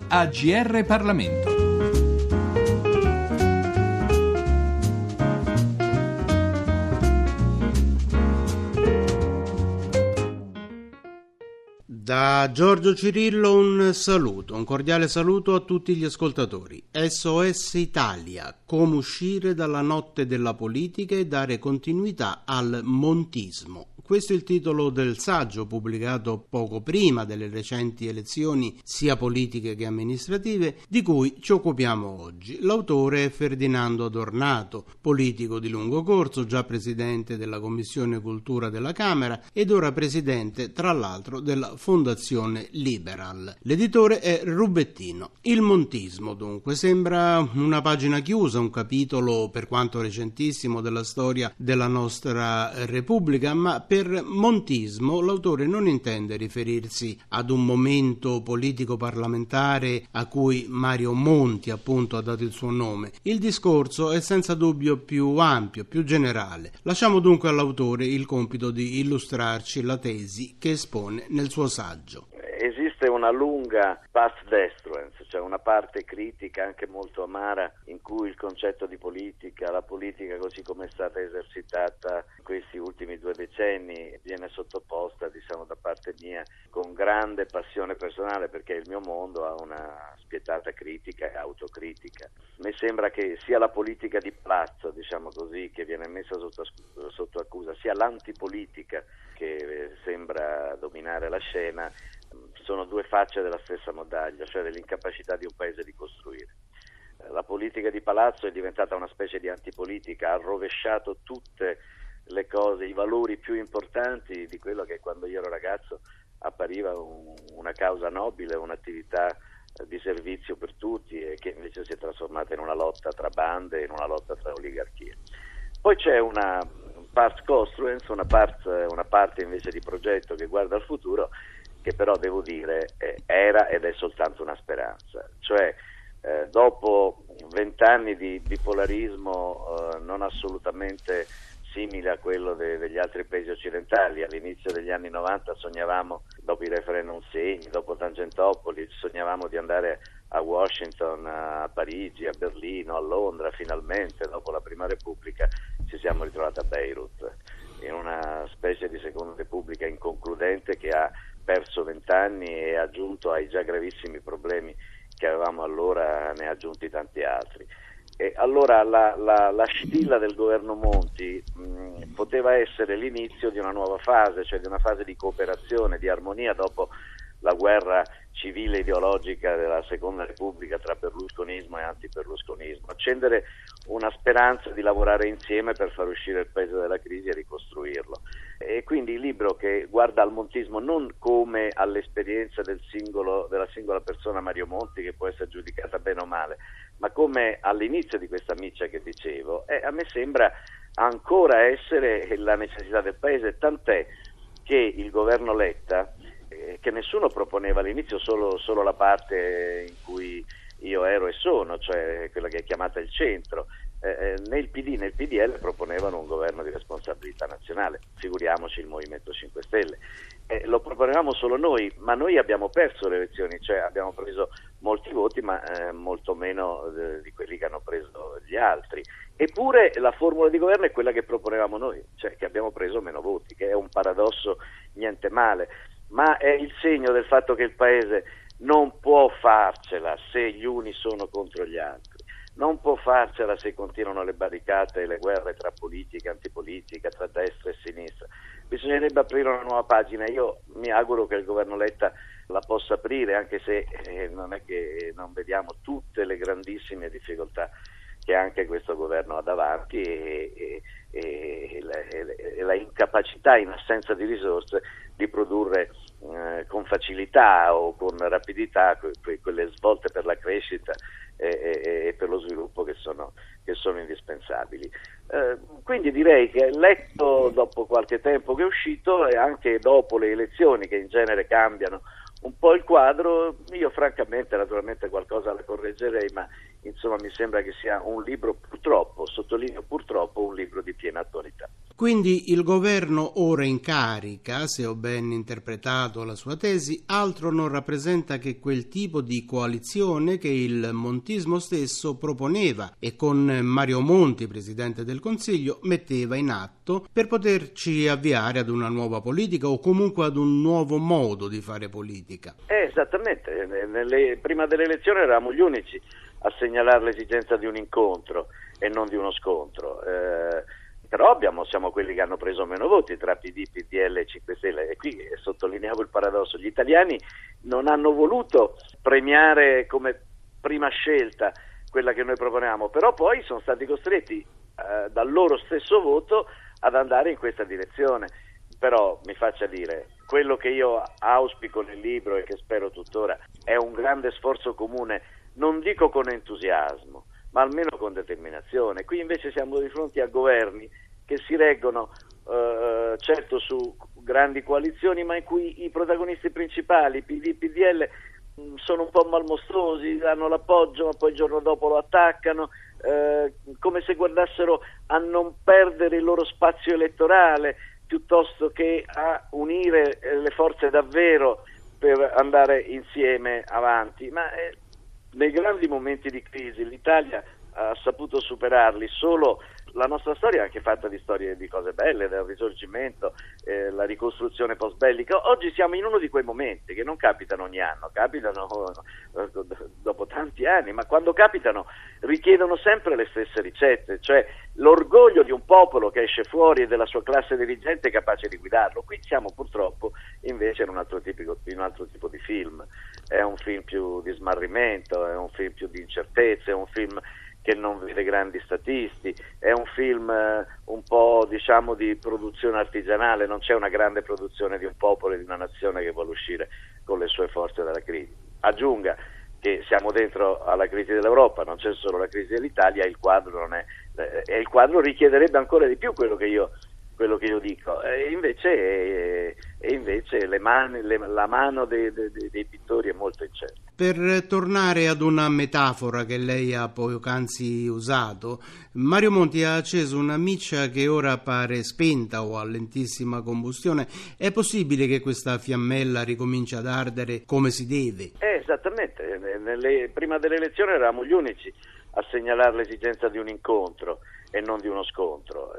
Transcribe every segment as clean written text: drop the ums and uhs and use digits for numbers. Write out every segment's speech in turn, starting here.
AGR Parlamento. Da Giorgio Cirillo un cordiale saluto a tutti gli ascoltatori. SOS Italia, come uscire dalla notte della politica e dare continuità al montismo. Questo è il titolo del saggio pubblicato poco prima delle recenti elezioni sia politiche che amministrative di cui ci occupiamo oggi. L'autore è Ferdinando Adornato, politico di lungo corso, già presidente della Commissione Cultura della Camera ed ora presidente, tra l'altro, della Fondazione Liberal. L'editore è Rubettino. Il montismo, dunque, sembra una pagina chiusa, un capitolo, per quanto recentissimo, della storia della nostra Repubblica, ma per montismo l'autore non intende riferirsi ad un momento politico-parlamentare a cui Mario Monti, appunto, ha dato il suo nome. Il discorso è senza dubbio più ampio, più generale. Lasciamo dunque all'autore il compito di illustrarci la tesi che espone nel suo saggio. Esiste una lunga past destruens, cioè una parte critica anche molto amara in cui il concetto di politica, la politica così come è stata esercitata in questi ultimi 2 decenni viene sottoposta, da parte mia con grande passione personale, perché il mio mondo ha una spietata critica e autocritica. Mi sembra che sia la politica di palazzo, che viene messa sotto accusa, sia l'antipolitica che sembra dominare la scena, sono 2 facce della stessa medaglia, cioè dell'incapacità di un paese di costruire. La politica di palazzo è diventata una specie di antipolitica, ha rovesciato tutte le cose, i valori più importanti di quello che quando io ero ragazzo appariva una causa nobile, un'attività di servizio per tutti, e che invece si è trasformata in una lotta tra bande, in una lotta tra oligarchie. Poi c'è una part construence, una parte invece di progetto che guarda al futuro, che però devo dire era ed è soltanto una speranza, cioè dopo 20 anni di bipolarismo non assolutamente simile a quello degli altri paesi occidentali. All'inizio degli anni 90 sognavamo, dopo i referendum segni, dopo Tangentopoli, sognavamo di andare a Washington, a Parigi, a Berlino, a Londra. Finalmente, dopo la Prima Repubblica, ci siamo ritrovati a Beirut, in una specie di Seconda Repubblica inconcludente che ha perso 20 anni e ha aggiunto ai già gravissimi problemi che avevamo allora, ne ha aggiunti tanti altri. E allora la scintilla del governo Monti poteva essere l'inizio di una nuova fase, cioè di una fase di cooperazione, di armonia dopo la guerra civile ideologica della Seconda Repubblica tra berlusconismo e antiberlusconismo, accendere una speranza di lavorare insieme per far uscire il paese dalla crisi e ricostruirlo. E quindi il libro che guarda al montismo non come all'esperienza della singola persona Mario Monti, che può essere giudicata bene o male, ma come all'inizio di questa miccia che dicevo, a me sembra ancora essere la necessità del paese, tant'è che il governo Letta, che nessuno proponeva all'inizio, solo la parte in cui io ero e sono, cioè quella che è chiamata il centro, né il PD né il PDL proponevano un governo di responsabilità nazionale, figuriamoci il Movimento 5 Stelle. Lo proponevamo solo noi, ma noi abbiamo perso le elezioni, cioè abbiamo preso molti voti, ma molto meno di quelli che hanno preso gli altri. Eppure la formula di governo è quella che proponevamo noi, cioè che abbiamo preso meno voti, che è un paradosso niente male, ma è il segno del fatto che il paese non può farcela se gli uni sono contro gli altri. Non può farcela se continuano le barricate e le guerre tra politica e antipolitica, tra destra e sinistra. Bisognerebbe aprire una nuova pagina. Io mi auguro che il governo Letta la possa aprire, anche se non è che non vediamo tutte le grandissime difficoltà che anche questo governo ha davanti e la incapacità, in assenza di risorse, di produrre con facilità o con rapidità quelle svolte per la crescita e per lo sviluppo che sono indispensabili. Quindi direi che, letto dopo qualche tempo che è uscito e anche dopo le elezioni, che in genere cambiano un po' il quadro, io francamente, naturalmente qualcosa la correggerei, ma insomma mi sembra che sia un libro, purtroppo, sottolineo purtroppo, un libro di piena attualità. Quindi il governo ora in carica, se ho ben interpretato la sua tesi, altro non rappresenta che quel tipo di coalizione che il montismo stesso proponeva e con Mario Monti, Presidente del Consiglio, metteva in atto per poterci avviare ad una nuova politica o comunque ad un nuovo modo di fare politica. Esattamente, prima delle elezioni eravamo gli unici a segnalare l'esigenza di un incontro e non di uno scontro. Però siamo quelli che hanno preso meno voti tra PD, PDL e 5 Stelle, e qui sottolineavo il paradosso: gli italiani non hanno voluto premiare come prima scelta quella che noi proponiamo, però poi sono stati costretti dal loro stesso voto ad andare in questa direzione. Però mi faccia dire, quello che io auspico nel libro e che spero tuttora è un grande sforzo comune, non dico con entusiasmo, ma almeno con determinazione. Qui invece siamo di fronte a governi che si reggono certo su grandi coalizioni, ma in cui i protagonisti principali, PD e PDL, sono un po' malmostosi, danno l'appoggio ma poi il giorno dopo lo attaccano, come se guardassero a non perdere il loro spazio elettorale piuttosto che a unire le forze davvero per andare insieme avanti. Ma nei grandi momenti di crisi l'Italia ha saputo superarli. Solo la nostra storia è anche fatta di storie, di cose belle, del risorgimento, la ricostruzione post-bellica. Oggi siamo in uno di quei momenti che non capitano ogni anno, capitano dopo tanti anni, ma quando capitano richiedono sempre le stesse ricette, cioè l'orgoglio di un popolo che esce fuori e della sua classe dirigente capace di guidarlo. Qui siamo purtroppo invece in un altro tipo di film. È un film più di smarrimento, è un film più di incertezze, è un film che non vede grandi statisti, è un film un po' di produzione artigianale, non c'è una grande produzione di un popolo e di una nazione che vuole uscire con le sue forze dalla crisi. Aggiunga che siamo dentro alla crisi dell'Europa, non c'è solo la crisi dell'Italia, il quadro il quadro richiederebbe ancora di più quello che io dico, e invece la mano dei pittori è molto incerta. Per tornare ad una metafora che lei ha poc'anzi usato, Mario Monti ha acceso una miccia che ora pare spenta o a lentissima combustione. È possibile che questa fiammella ricominci ad ardere come si deve? Esattamente, prima delle elezioni eravamo gli unici a segnalare l'esigenza di un incontro e non di uno scontro.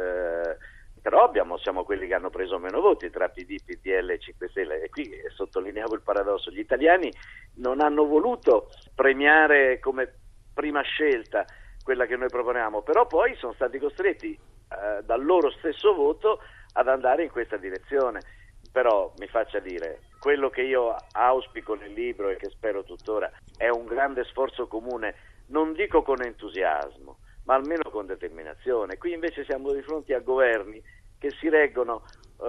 Però siamo quelli che hanno preso meno voti tra PD, PDL e 5 Stelle, e qui sottolineavo il paradosso: gli italiani non hanno voluto premiare come prima scelta quella che noi proponiamo, però poi sono stati costretti dal loro stesso voto ad andare in questa direzione. Però mi faccia dire, quello che io auspico nel libro e che spero tuttora è un grande sforzo comune, non dico con entusiasmo, ma almeno con determinazione. Qui invece siamo di fronte a governi che si reggono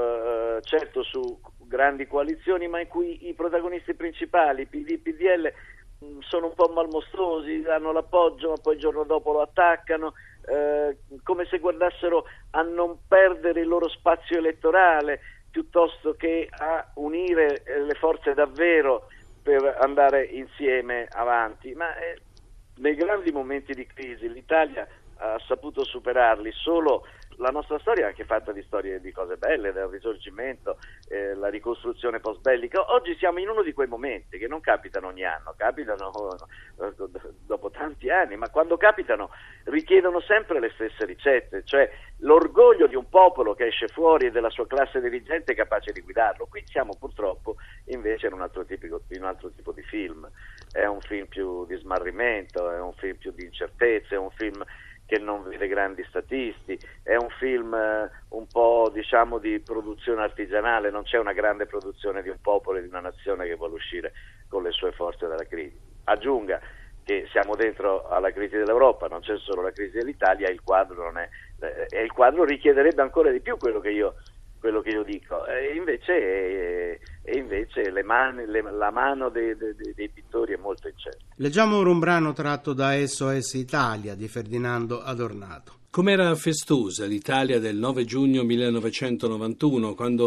certo su grandi coalizioni, ma in cui i protagonisti principali, PD e PDL, sono un po' malmostosi, danno l'appoggio ma poi il giorno dopo lo attaccano, come se guardassero a non perdere il loro spazio elettorale piuttosto che a unire le forze davvero per andare insieme avanti. Ma nei grandi momenti di crisi l'Italia ha saputo superarli. Solo la nostra storia è anche fatta di storie, di cose belle, del risorgimento, la ricostruzione post-bellica. Oggi siamo in uno di quei momenti che non capitano ogni anno, capitano dopo tanti anni, ma quando capitano richiedono sempre le stesse ricette, cioè l'orgoglio di un popolo che esce fuori e della sua classe dirigente capace di guidarlo. Qui siamo purtroppo invece in un altro tipo di film. È un film più di smarrimento, è un film più di incertezze, è un film che non vede grandi statisti, è un film un po' di produzione artigianale, non c'è una grande produzione di un popolo e di una nazione che vuole uscire con le sue forze dalla crisi. Aggiunga che siamo dentro alla crisi dell'Europa, non c'è solo la crisi dell'Italia, il quadro il quadro richiederebbe ancora di più quello che io dico, e invece la mano dei pittori è molto incerta. Leggiamo ora un brano tratto da SOS Italia di Ferdinando Adornato. Com'era festosa l'Italia del 9 giugno 1991, quando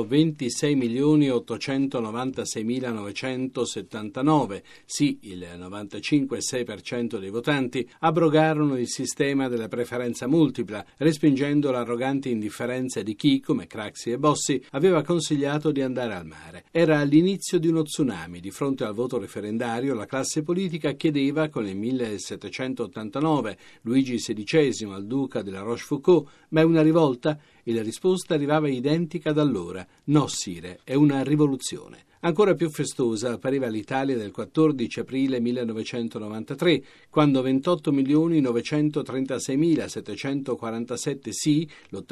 26.896.979, sì, il 95,6% dei votanti, abrogarono il sistema della preferenza multipla, respingendo l'arrogante indifferenza di chi, come Craxi e Bossi, aveva consigliato di andare al mare. Era l'inizio di uno tsunami. Di fronte al voto referendario, la classe politica chiedeva, con il 1789, Luigi XVI al duca della Rochefoucauld, ma è una rivolta? E la risposta arrivava identica da allora: no, sire, è una rivoluzione. Ancora più festosa appariva l'Italia del 14 aprile 1993, quando 28.936.747 sì,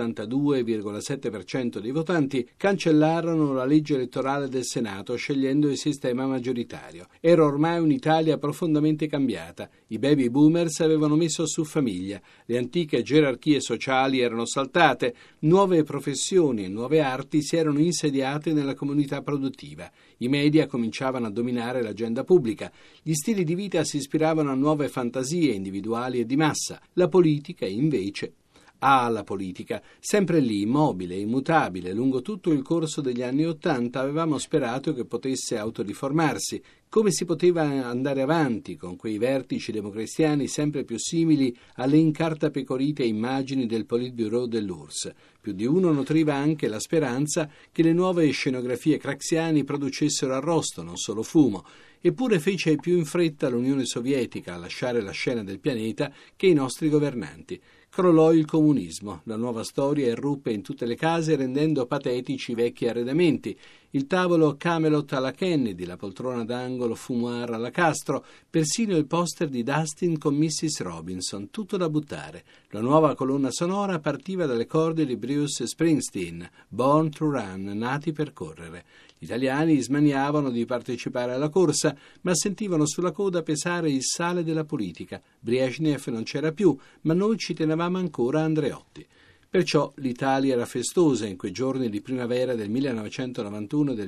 l'82,7% dei votanti, cancellarono la legge elettorale del Senato scegliendo il sistema maggioritario. Era ormai un'Italia profondamente cambiata. I baby boomers avevano messo su famiglia, le antiche gerarchie sociali erano saltate, nuove professioni e nuove arti si erano insediate nella comunità produttiva. I media cominciavano a dominare l'agenda pubblica, gli stili di vita si ispiravano a nuove fantasie individuali e di massa. La politica, invece, la politica, sempre lì, immobile, immutabile, lungo tutto il corso degli anni '80 avevamo sperato che potesse autoriformarsi. Come si poteva andare avanti con quei vertici democristiani sempre più simili alle incartapecorite immagini del Politburo dell'URSS? Più di uno nutriva anche la speranza che le nuove scenografie craxiani producessero arrosto, non solo fumo. Eppure fece più in fretta l'Unione Sovietica a lasciare la scena del pianeta che i nostri governanti. Crollò il comunismo, la nuova storia irruppe in tutte le case rendendo patetici i vecchi arredamenti. Il tavolo Camelot alla Kennedy, la poltrona d'angolo Fumoir alla Castro, persino il poster di Dustin con Mrs. Robinson, tutto da buttare. La nuova colonna sonora partiva dalle corde di Bruce Springsteen, Born to Run, nati per correre. Gli italiani smaniavano di partecipare alla corsa, ma sentivano sulla coda pesare il sale della politica. Brezhnev non c'era più, ma noi ci tenevamo ancora a Andreotti. Perciò l'Italia era festosa in quei giorni di primavera del 1991 e del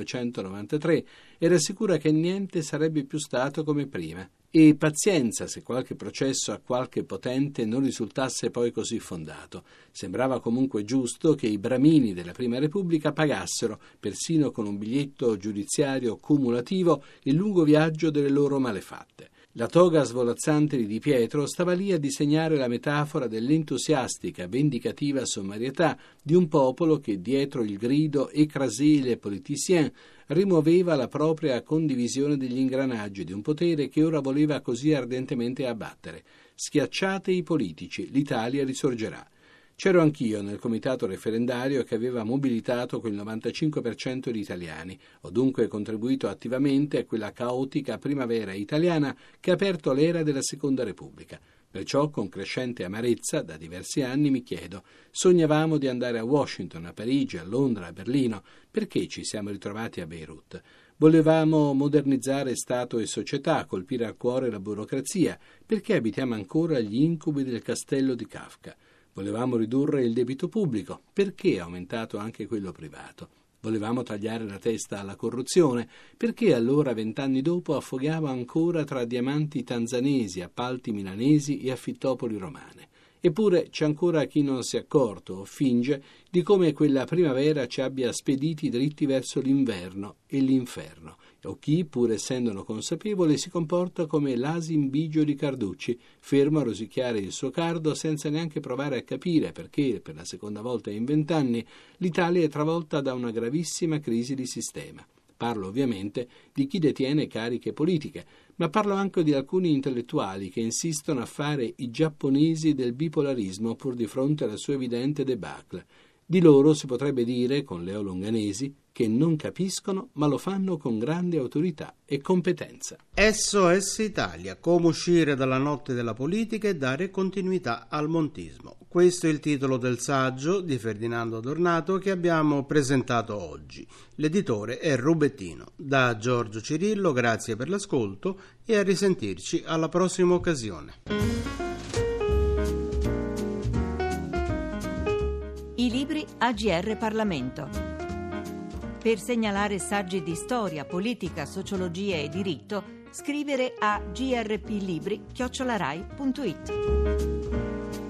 1993, era sicura che niente sarebbe più stato come prima. E pazienza se qualche processo a qualche potente non risultasse poi così fondato. Sembrava comunque giusto che i bramini della Prima Repubblica pagassero, persino con un biglietto giudiziario cumulativo, il lungo viaggio delle loro malefatte. La toga svolazzante di Di Pietro stava lì a disegnare la metafora dell'entusiastica, vendicativa sommarietà di un popolo che, dietro il grido «Écrasez les politiciens», rimuoveva la propria condivisione degli ingranaggi di un potere che ora voleva così ardentemente abbattere. Schiacciate i politici, l'Italia risorgerà. C'ero anch'io nel comitato referendario che aveva mobilitato quel 95% di italiani. Ho dunque contribuito attivamente a quella caotica primavera italiana che ha aperto l'era della Seconda Repubblica. Perciò, con crescente amarezza, da diversi anni mi chiedo: sognavamo di andare a Washington, a Parigi, a Londra, a Berlino. Perché ci siamo ritrovati a Beirut? Volevamo modernizzare Stato e società, colpire al cuore la burocrazia. Perché abitiamo ancora gli incubi del castello di Kafka? Volevamo ridurre il debito pubblico. Perché è aumentato anche quello privato? Volevamo tagliare la testa alla corruzione. Perché allora, 20 anni dopo, affoghiamo ancora tra diamanti tanzanesi, appalti milanesi e affittopoli romane? Eppure c'è ancora chi non si è accorto o finge di come quella primavera ci abbia spediti dritti verso l'inverno e l'inferno, o chi, pur essendone consapevole, si comporta come l'Asin Bigio di Carducci, fermo a rosicchiare il suo cardo senza neanche provare a capire perché, per la seconda volta in 20 anni, l'Italia è travolta da una gravissima crisi di sistema. Parlo ovviamente di chi detiene cariche politiche, ma parlo anche di alcuni intellettuali che insistono a fare i giapponesi del bipolarismo pur di fronte alla sua evidente debacle. Di loro si potrebbe dire, con Leo Longanesi, che non capiscono, ma lo fanno con grande autorità e competenza. SOS Italia, come uscire dalla notte della politica e dare continuità al montismo. Questo è il titolo del saggio di Ferdinando Adornato che abbiamo presentato oggi. L'editore è Rubettino. Da Giorgio Cirillo, grazie per l'ascolto e a risentirci alla prossima occasione. I libri AGR Parlamento. Per segnalare saggi di storia, politica, sociologia e diritto, scrivere a grplibri@rai.it.